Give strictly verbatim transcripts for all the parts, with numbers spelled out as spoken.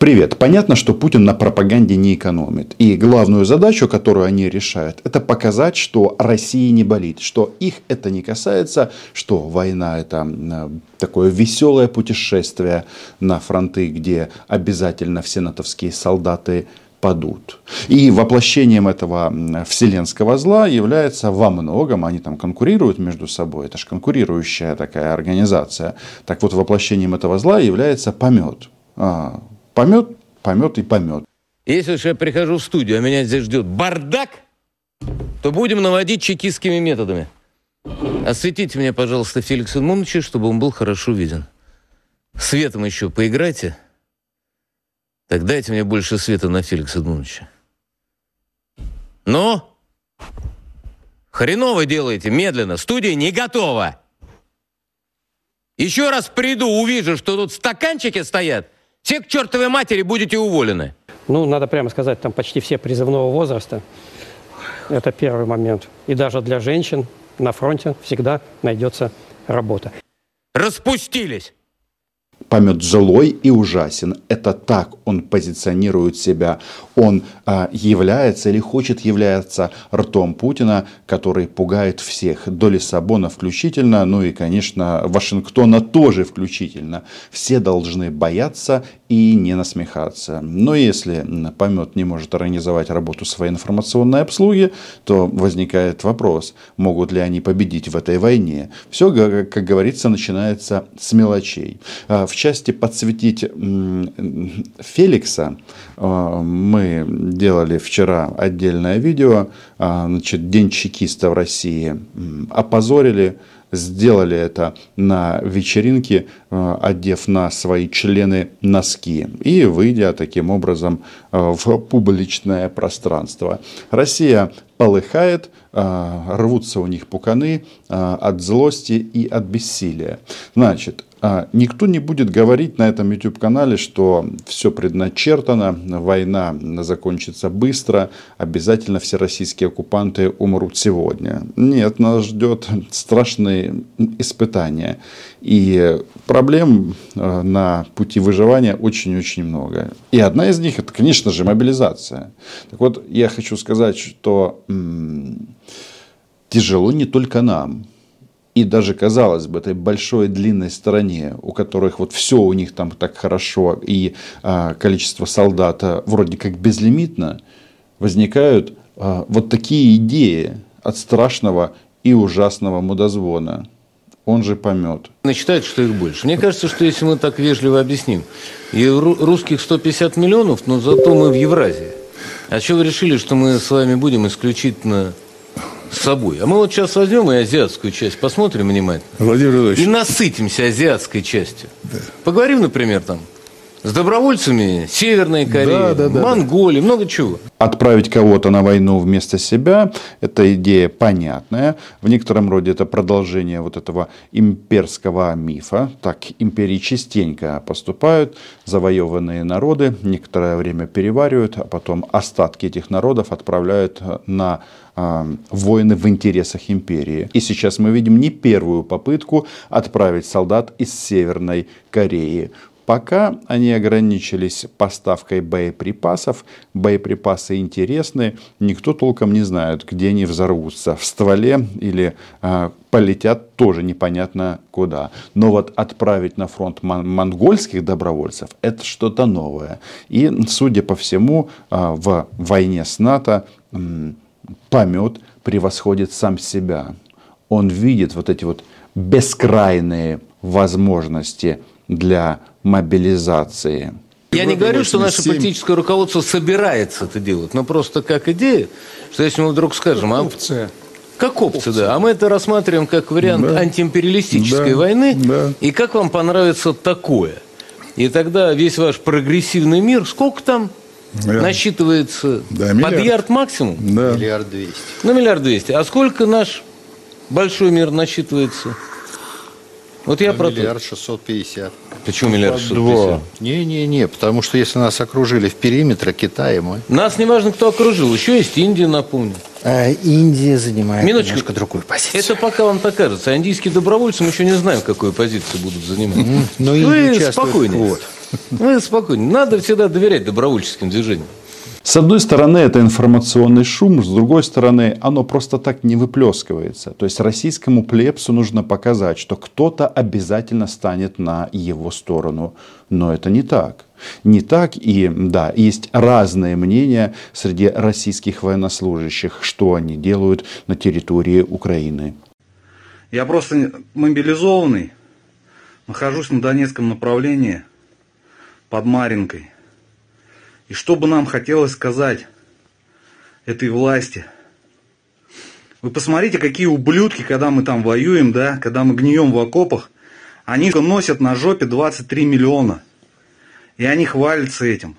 Привет. Понятно, что Путин на пропаганде не экономит. И главную задачу, которую они решают, это показать, что России не болит, что их это не касается, что война это такое веселое путешествие на фронты, где обязательно все натовские солдаты падут. И воплощением этого вселенского зла является во многом, они там конкурируют между собой, это же конкурирующая такая организация. Так вот, воплощением этого зла является помет. А, помет, помет и помет. Если уж я прихожу в студию, а меня здесь ждет бардак, то будем наводить чекистскими методами. Осветите мне, пожалуйста, Феликса Эдмундовича, чтобы он был хорошо виден. Светом еще поиграйте. Так дайте мне больше света на Феликса Эдмундовича. Ну? Хреново делаете, медленно. Студия не готова. Еще раз приду, увижу, что тут стаканчики стоят. Все к чертовой матери будете уволены. Ну, надо прямо сказать, там почти все призывного возраста. Это первый момент. И даже для женщин на фронте всегда найдется работа. Распустились. Помет злой и ужасен. Это так он позиционирует себя. Он а, является или хочет являться ртом Путина, который пугает всех. До Лиссабона включительно, ну и, конечно, Вашингтона тоже включительно. Все должны бояться и не насмехаться. Но если Помет не может организовать работу своей информационной обслуги, то возникает вопрос, могут ли они победить в этой войне. Все, как говорится, начинается с мелочей. В части подсветить Феликса мы делали вчера отдельное видео. Значит, День чекиста в России опозорили. Сделали это на вечеринке, одев на свои члены носки и выйдя таким образом в публичное пространство. Россия полыхает, рвутся у них пуканы от злости и от бессилия. Значит, никто не будет говорить на этом YouTube-канале, что все предначертано, война закончится быстро, обязательно все российские оккупанты умрут сегодня. Нет, нас ждет страшные испытания. И проблем на пути выживания очень-очень много. И одна из них, это, конечно же, мобилизация. Так вот, я хочу сказать, что м- тяжело не только нам. И даже, казалось бы, этой большой длинной стране, у которых вот все у них там так хорошо, и а, количество солдат а, вроде как безлимитно, возникают а, вот такие идеи от страшного и ужасного мудозвона. Он же Помет. Считают, что их больше. Мне кажется, что если мы так вежливо объясним, и русских сто пятьдесят миллионов, но зато мы в Евразии. А что вы решили, что мы с вами будем исключительно с собой? А мы вот сейчас возьмем и азиатскую часть посмотрим внимательно. Владимир и насытимся азиатской частью. Да. Поговорим, например, там с добровольцами Северной Кореи, да, да, да, Монголии, да. много чего. Отправить кого-то на войну вместо себя – это идея понятная. В некотором роде это продолжение вот этого имперского мифа. Так империи частенько поступают. Завоеванные народы некоторое время переваривают, а потом остатки этих народов отправляют на э, войны в интересах империи. И сейчас мы видим не первую попытку отправить солдат из Северной Кореи. Пока они ограничились поставкой боеприпасов. Боеприпасы интересны. Никто толком не знает, где они взорвутся. В стволе или э, полетят тоже непонятно куда. Но вот отправить на фронт мон- монгольских добровольцев – это что-то новое. И, судя по всему, э, в войне с НАТО э, Помет превосходит сам себя. Он видит вот эти вот бескрайные возможности для мобилизации. Я не говорю, что наше политическое руководство собирается это делать, но просто как идея, что если мы вдруг скажем, как опция, а, как опция, да, а мы это рассматриваем как вариант да. антиимпериалистической да. войны, да. и как вам понравится такое? И тогда весь ваш прогрессивный мир, сколько там да. насчитывается? Да, под ярд максимум? Да. Миллиард двести. Ну, миллиард двести. А сколько наш большой мир насчитывается? Вот я ну, про миллиард шестьсот пятьдесят. Почему миллиард шестьсот пятьдесят? Не-не-не, потому что если нас окружили в периметре, Китай и мы. Нас не важно, кто окружил. Еще есть Индия, напомню. А Индия занимает Минуточку. немножко другую позицию. Это пока вам так кажется. А индийские добровольцы мы еще не знаем, какую позицию будут занимать. Mm-hmm. Но Вы спокойнее. Вы спокойнее. Надо всегда доверять добровольческим движениям. С одной стороны, это информационный шум, с другой стороны, оно просто так не выплескивается. То есть российскому плебсу нужно показать, что кто-то обязательно станет на его сторону. Но это не так. Не так, и да, есть разные мнения среди российских военнослужащих, что они делают на территории Украины. Я просто мобилизованный, нахожусь на Донецком направлении под Марьинкой. И что бы нам хотелось сказать этой власти? Вы посмотрите, какие ублюдки, когда мы там воюем, да, когда мы гнием в окопах, они носят на жопе двадцать три миллиона. И они хвалятся этим.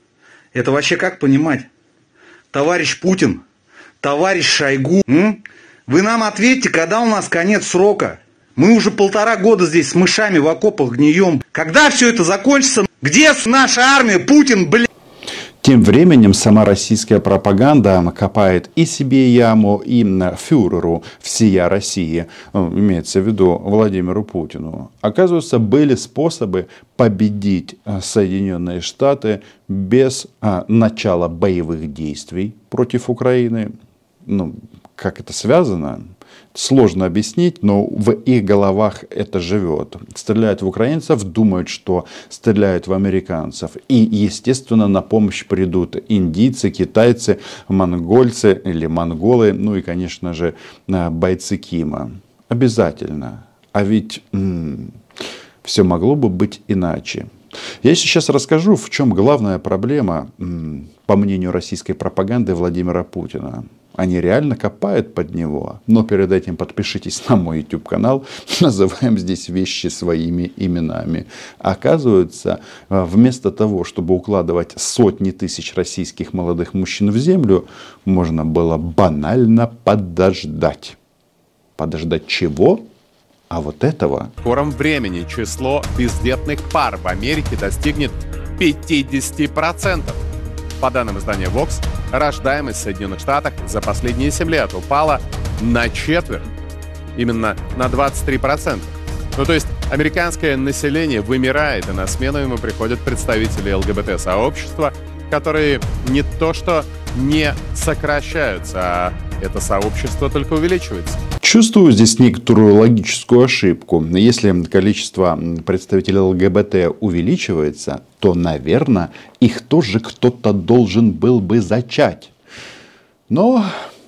Это вообще как понимать? Товарищ Путин, товарищ Шойгу, м? Вы нам ответьте, когда у нас конец срока? Мы уже полтора года здесь с мышами в окопах гнием. Когда все это закончится? Где наша армия? Путин, блядь? Тем временем сама российская пропаганда копает и себе яму, и фюреру всея России, имеется в виду Владимиру Путину. Оказывается, были способы победить Соединенные Штаты без а, начала боевых действий против Украины. Ну, как это связано? Сложно объяснить, но в их головах это живет. Стреляют в украинцев, думают, что стреляют в американцев. И, естественно, на помощь придут индийцы, китайцы, монгольцы или монголы, ну и, конечно же, бойцы Кима. Обязательно. А ведь м-м, все могло бы быть иначе. Я сейчас расскажу, в чем главная проблема, м-м, по мнению российской пропаганды, Владимира Путина. Они реально копают под него. Но перед этим подпишитесь на мой YouTube канал. Называем здесь вещи своими именами. Оказывается, вместо того, чтобы укладывать сотни тысяч российских молодых мужчин в землю, можно было банально подождать. Подождать чего? А вот этого. В скором времени число бездетных пар в Америке достигнет пятьдесят процентов. По данным издания Vox, рождаемость в Соединенных Штатах за последние семь лет упала на четверть, именно на двадцать три процента. Ну, то есть, американское население вымирает, и на смену ему приходят представители ЛГБТ-сообщества, которые не то что не сокращаются, а это сообщество только увеличивается. Чувствую здесь некоторую логическую ошибку. Если количество представителей ЛГБТ увеличивается, то, наверное, их тоже кто-то должен был бы зачать. Но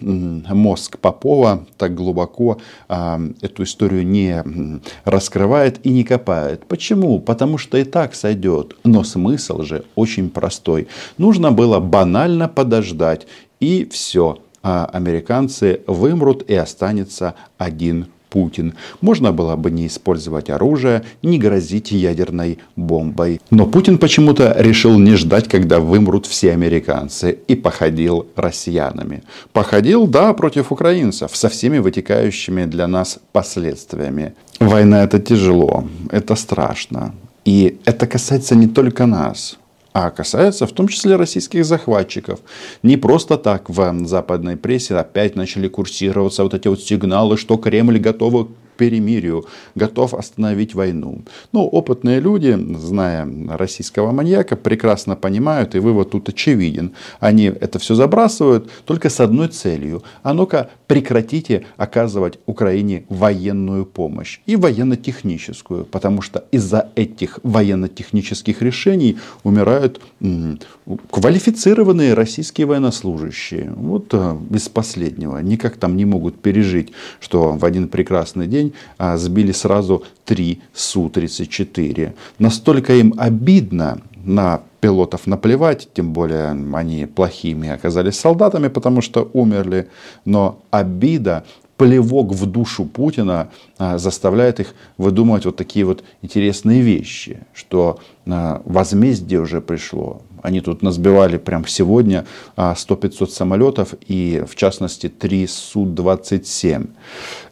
мозг Попова так глубоко а, эту историю не раскрывает и не копает. Почему? Потому что и так сойдет. Но смысл же очень простой. Нужно было банально подождать, и все. А американцы вымрут, и останется один Путин. Можно было бы не использовать оружие, не грозить ядерной бомбой. Но Путин почему-то решил не ждать, когда вымрут все американцы, и походил россиянами. Походил, да, против украинцев, со всеми вытекающими для нас последствиями. Война — это тяжело, это страшно. И это касается не только нас, а касается в том числе российских захватчиков. Не просто так в западной прессе опять начали курсироваться вот эти вот сигналы, что Кремль готов к перемирию, готов остановить войну. Ну, опытные люди, зная российского маньяка, прекрасно понимают, и вывод тут очевиден. Они это все забрасывают только с одной целью. А ну-ка, прекратите оказывать Украине военную помощь и военно-техническую, потому что из-за этих военно-технических решений умирают м- квалифицированные российские военнослужащие. Вот а, из последнего. Никак там не могут пережить, что в один прекрасный день а, сбили сразу три Су тридцать четыре. Настолько им обидно, на пилотов наплевать, тем более они плохими оказались солдатами, потому что умерли. Но обида, плевок в душу Путина а, заставляет их выдумывать вот такие вот интересные вещи, что а, возмездие уже пришло. Они тут насбивали прям сегодня а, сто-пятьсот самолетов и в частности три Су двадцать семь.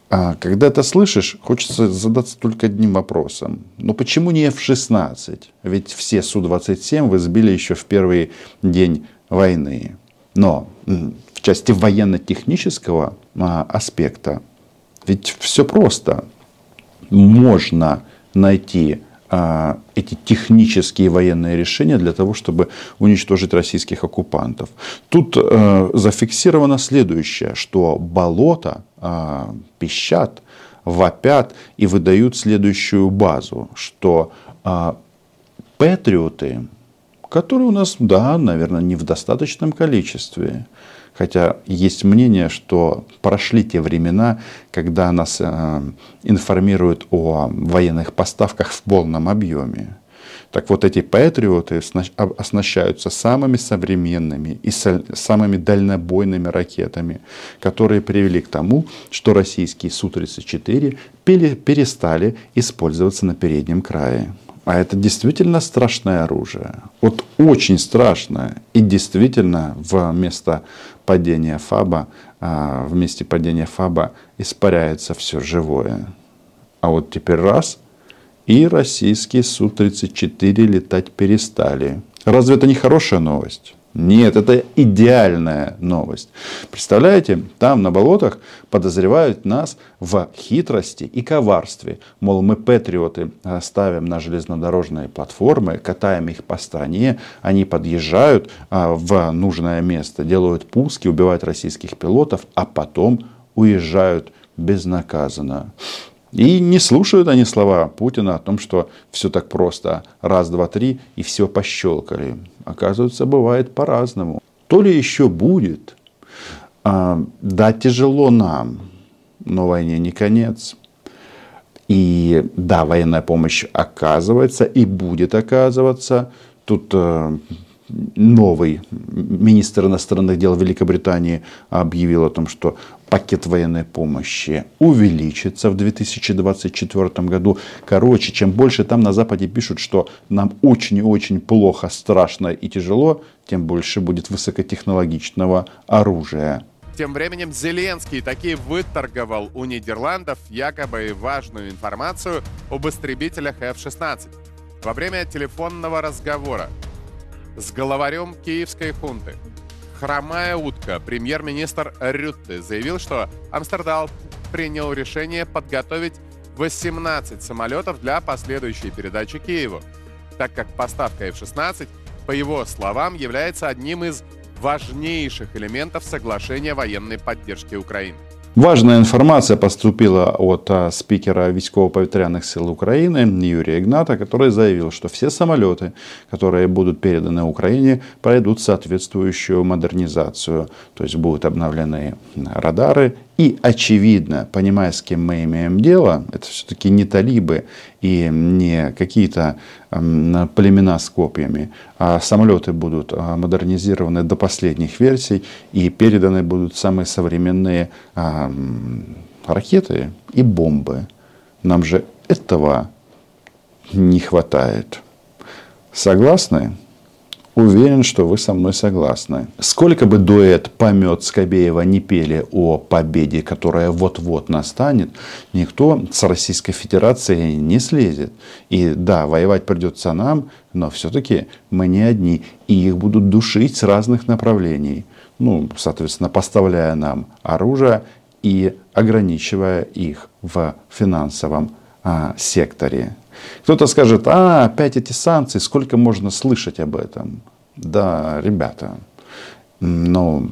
А когда это слышишь, хочется задаться только одним вопросом. Ну почему не эф шестнадцать? Ведь все Су двадцать семь вы сбили еще в первый день войны. Но в части военно-технического аспекта ведь все просто. Можно найти а, эти технические военные решения для того, чтобы уничтожить российских оккупантов. Тут а, зафиксировано следующее, что болота а, пищат, вопят и выдают следующую базу, что а, патриоты, которые у нас, да, наверное, не в достаточном количестве, хотя есть мнение, что прошли те времена, когда нас э, информируют о военных поставках в полном объеме. Так вот, эти патриоты оснащаются самыми современными и самыми дальнобойными ракетами, которые привели к тому, что российские Су тридцать четыре перестали использоваться на переднем крае. А это действительно страшное оружие. Вот очень страшное. И действительно в место падения ФАБа, в месте падения ФАБа испаряется все живое. А вот теперь раз, и российские Су тридцать четыре летать перестали. Разве это не хорошая новость? Нет, это идеальная новость. Представляете, там на болотах подозревают нас в хитрости и коварстве. Мол, мы патриоты ставим на железнодорожные платформы, катаем их по стране, они подъезжают в нужное место, делают пуски, убивают российских пилотов, а потом уезжают безнаказанно. И не слушают они слова Путина о том, что все так просто. Раз, два, три, и все пощелкали. Оказывается, бывает по-разному. То ли еще будет. А, да, тяжело нам, но войне не конец. И да, военная помощь оказывается и будет оказываться. Тут э, новый министр иностранных дел Великобритании объявил о том, что пакет военной помощи увеличится в две тысячи двадцать четвёртом году. Короче, чем больше там на Западе пишут, что нам очень и очень плохо, страшно и тяжело, тем больше будет высокотехнологичного оружия. Тем временем Зеленский таки выторговал у Нидерландов якобы важную информацию об истребителях эф шестнадцать. Во время телефонного разговора с главарем киевской хунты «Хромая утка» премьер-министр Рютте заявил, что Амстердам принял решение подготовить восемнадцать самолетов для последующей передачи Киеву, так как поставка эф шестнадцать, по его словам, является одним из важнейших элементов соглашения военной поддержки Украины. Важная информация поступила от а, спикера військово-повітряних сил Украины Юрия Игната, который заявил, что все самолеты, которые будут переданы Украине, пройдут соответствующую модернизацию. То есть будут обновлены радары. И очевидно, понимая, с кем мы имеем дело, это все-таки не талибы и не какие-то э, племена с копьями, а самолеты будут модернизированы до последних версий и переданы будут самые современные э, ракеты и бомбы. Нам же этого не хватает. Согласны? Уверен, что вы со мной согласны. Сколько бы дуэт Помет Скобеева не пели о победе, которая вот-вот настанет, никто с Российской Федерацией не слезет. И да, воевать придется нам, но все-таки мы не одни. И их будут душить с разных направлений. Ну, соответственно, поставляя нам оружие и ограничивая их в финансовом а, секторе. Кто-то скажет, а, опять эти санкции, сколько можно слышать об этом? Да, ребята, но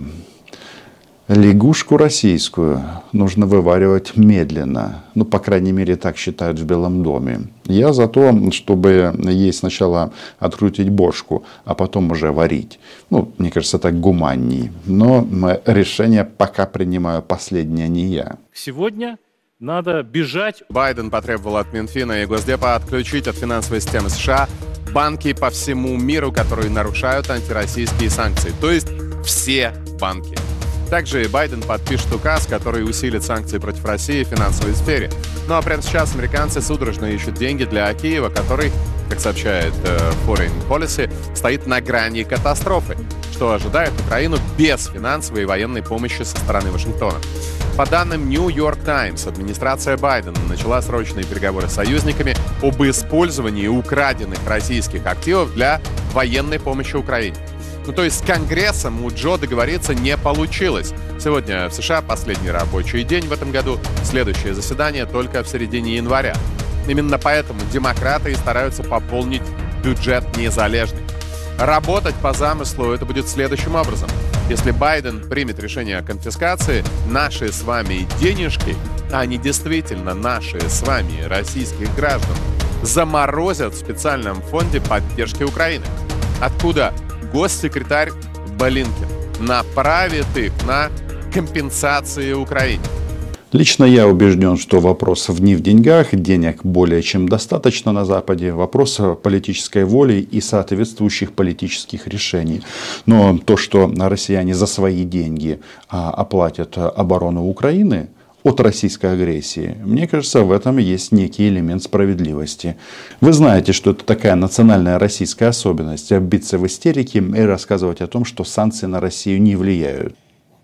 лягушку российскую нужно вываривать медленно. Ну, по крайней мере, так считают в Белом доме. Я за то, чтобы ей сначала открутить бошку, а потом уже варить. Ну, мне кажется, так гуманней. Но решение пока принимаю последнее не я. Сегодня надо бежать. Байден потребовал от Минфина и Госдепа отключить от финансовой системы США банки по всему миру, которые нарушают антироссийские санкции. То есть все банки. Также Байден подпишет указ, который усилит санкции против России в финансовой сфере. Ну а прямо сейчас американцы судорожно ищут деньги для Киева, который, как сообщает э, Foreign Policy, стоит на грани катастрофы, что ожидает Украину без финансовой и военной помощи со стороны Вашингтона. По данным New York Times, администрация Байдена начала срочные переговоры с союзниками об использовании украденных российских активов для военной помощи Украине. Ну, то есть с Конгрессом у Джо договориться не получилось. Сегодня в США последний рабочий день в этом году, следующее заседание только в середине января. Именно поэтому демократы и стараются пополнить бюджет незалежный. Работать по замыслу это будет следующим образом. Если Байден примет решение о конфискации, наши с вами денежки, а они действительно наши с вами, российских граждан, заморозят в специальном фонде поддержки Украины. Откуда госсекретарь Блинкен направит их на компенсации Украине. Лично я убежден, что вопрос не в деньгах, денег более чем достаточно на Западе, вопрос политической воли и соответствующих политических решений. Но то, что россияне за свои деньги оплатят оборону Украины от российской агрессии, мне кажется, в этом есть некий элемент справедливости. Вы знаете, что это такая национальная российская особенность – биться в истерике и рассказывать о том, что санкции на Россию не влияют.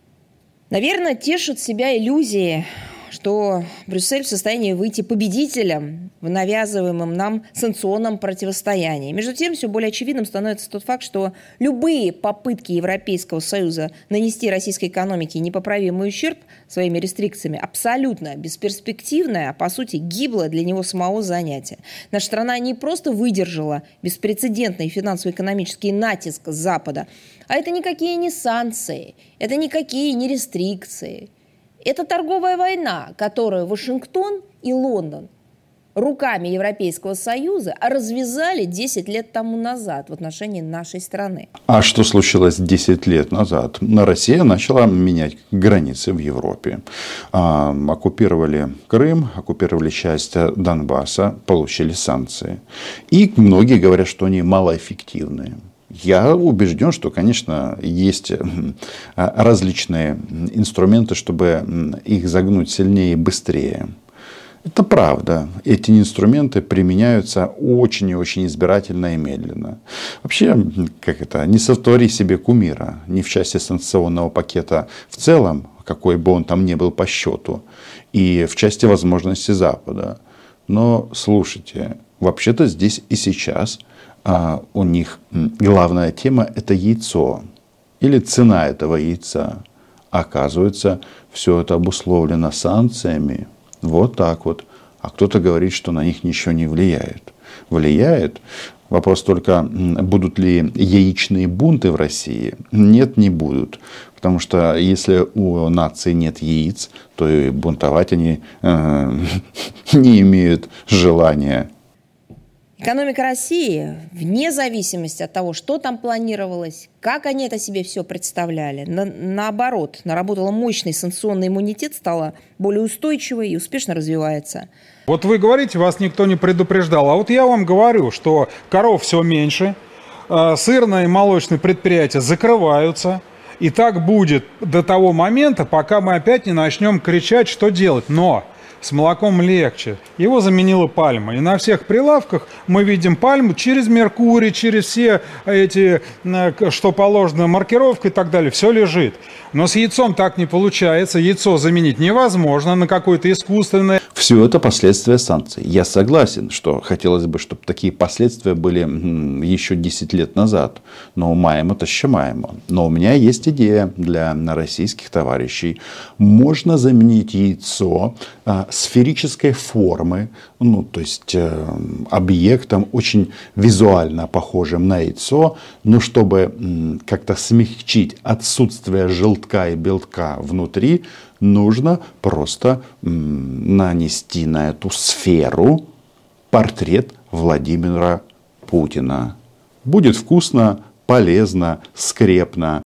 Наверное, тешит себя иллюзии, что Брюссель в состоянии выйти победителем в навязываемом нам санкционном противостоянии. Между тем, все более очевидным становится тот факт, что любые попытки Европейского Союза нанести российской экономике непоправимый ущерб своими рестрикциями абсолютно бесперспективное, а по сути гиблое для него самого занятие. Наша страна не просто выдержала беспрецедентный финансово-экономический натиск Запада, а это никакие не санкции, это никакие не рестрикции. Это торговая война, которую Вашингтон и Лондон руками Европейского Союза развязали десять лет тому назад в отношении нашей страны. А что случилось десять лет назад? Россия начала менять границы в Европе. А, оккупировали Крым, оккупировали часть Донбасса, получили санкции. И многие говорят, что они малоэффективные. Я убежден, что, конечно, есть различные инструменты, чтобы их загнуть сильнее и быстрее. Это правда. Эти инструменты применяются очень и очень избирательно и медленно. Вообще, как это, не сотвори себе кумира ни в части санкционного пакета в целом, какой бы он там ни был по счету, и в части возможностей Запада. Но слушайте, вообще-то здесь и сейчас а у них главная тема – это яйцо или цена этого яйца. Оказывается, все это обусловлено санкциями. Вот так вот. А кто-то говорит, что на них ничего не влияет. Влияет. Вопрос только, будут ли яичные бунты в России? Нет, не будут. Потому что если у нации нет яиц, то и бунтовать они э, не имеют желания. Экономика России, вне зависимости от того, что там планировалось, как они это себе все представляли, на, наоборот, наработала мощный санкционный иммунитет, стала более устойчивой и успешно развивается. Вот вы говорите, вас никто не предупреждал, а вот я вам говорю, что коров все меньше, сырные и молочные предприятия закрываются, и так будет до того момента, пока мы опять не начнем кричать, что делать. Но с молоком легче. Его заменила пальма. И на всех прилавках мы видим пальму через Меркурий, через все эти, что положено, маркировка и так далее. Все лежит. Но с яйцом так не получается. Яйцо заменить невозможно на какое-то искусственное. Все это последствия санкций. Я согласен, что хотелось бы, чтобы такие последствия были еще десять лет назад. Но маемо то щемаемо. Но у меня есть идея для российских товарищей. Можно заменить яйцо сферической формы, ну, то есть э, объектом очень визуально похожим на яйцо, но чтобы м, как-то смягчить отсутствие желтка и белка внутри, нужно просто м, нанести на эту сферу портрет Владимира Путина. Будет вкусно, полезно, скрепно.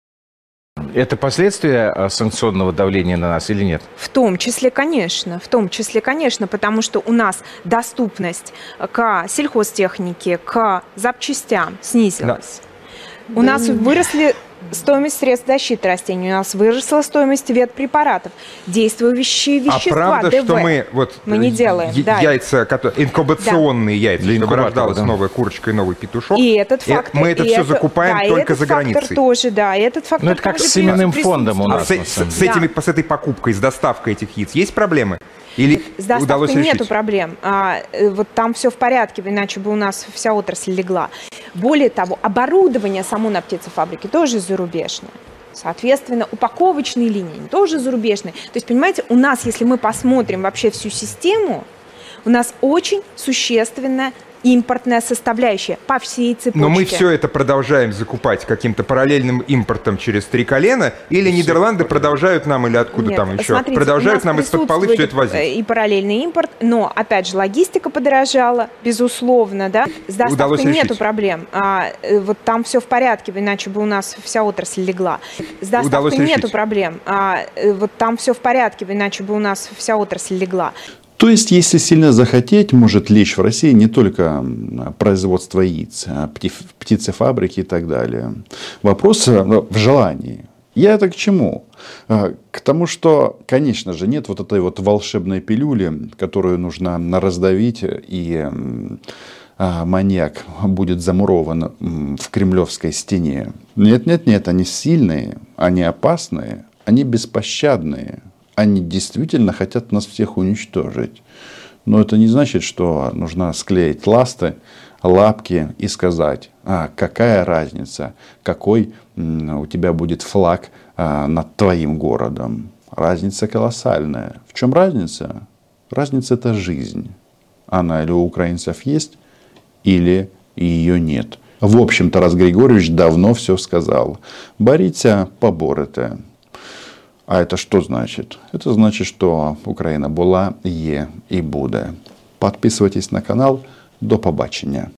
Это последствия санкционного давления на нас или нет? В том числе, конечно. В том числе, конечно, потому что у нас доступность к сельхозтехнике, к запчастям снизилась. Да. У нас выросли стоимость средств защиты растений, у нас выросла стоимость ветпрепаратов, действующие вещества, А правда, ДВ. что мы, вот, мы не делаем. Я- да. Яйца, которые, инкубационные Да. яйца, Для чтобы инкубатора, рождалась да. новая курочка и новый петушок. И этот Э, фактор. Мы это и все закупаем да, и только этот за фактор границей. тоже, да, и этот фактор Ну, это как тоже с семенным присутствует. фондом у А нас. с, на с- самом с деле. этими, с этой покупкой, с доставкой этих яиц есть проблемы? Или С удалось доставкой решить? нету проблем. А, э, вот там все в порядке, иначе бы у нас вся отрасль легла. Более того, оборудование само на птицефабрике тоже зарубежное. Соответственно, упаковочные линии тоже зарубежные. То есть, понимаете, у нас, если мы посмотрим вообще всю систему, у нас очень существенная импортная составляющая по всей цепочке. Но мы все это продолжаем закупать каким-то параллельным импортом через три колена, или Нидерланды продолжают нам, или откуда Нет, там еще, смотрите, продолжают у нас нам из-под полы все это возить? присутствует и параллельный импорт, но, опять же, логистика подорожала, безусловно, да. С доставкой Удалось нету решить. проблем. А, э, вот там все в порядке, иначе бы у нас вся отрасль легла. С доставкой Удалось нету решить. проблем. А, э, вот там все в порядке, иначе бы у нас вся отрасль легла. То есть, если сильно захотеть, может лечь в России не только м, производство яиц, а пти- птицефабрики и так далее. Вопрос э, в желании. Я это к чему? А, К тому, что, конечно же, нет вот этой вот волшебной пилюли, которую нужно раздавить, и м, а, маньяк будет замурован м, в кремлевской стене. Нет, нет, нет, они сильные, они опасные, они беспощадные. Они действительно хотят нас всех уничтожить. Но это не значит, что нужно склеить ласты, лапки и сказать, а какая разница, какой м, у тебя будет флаг а, над твоим городом. Разница колоссальная. В чем разница? Разница – это жизнь. Она или у украинцев есть, или ее нет. В общем, Тарас Григорьевич давно все сказал. Боріться, поборете. А это что значит? Это значит, что Украина була, є і буде. Підписуйтесь на канал. До побачення.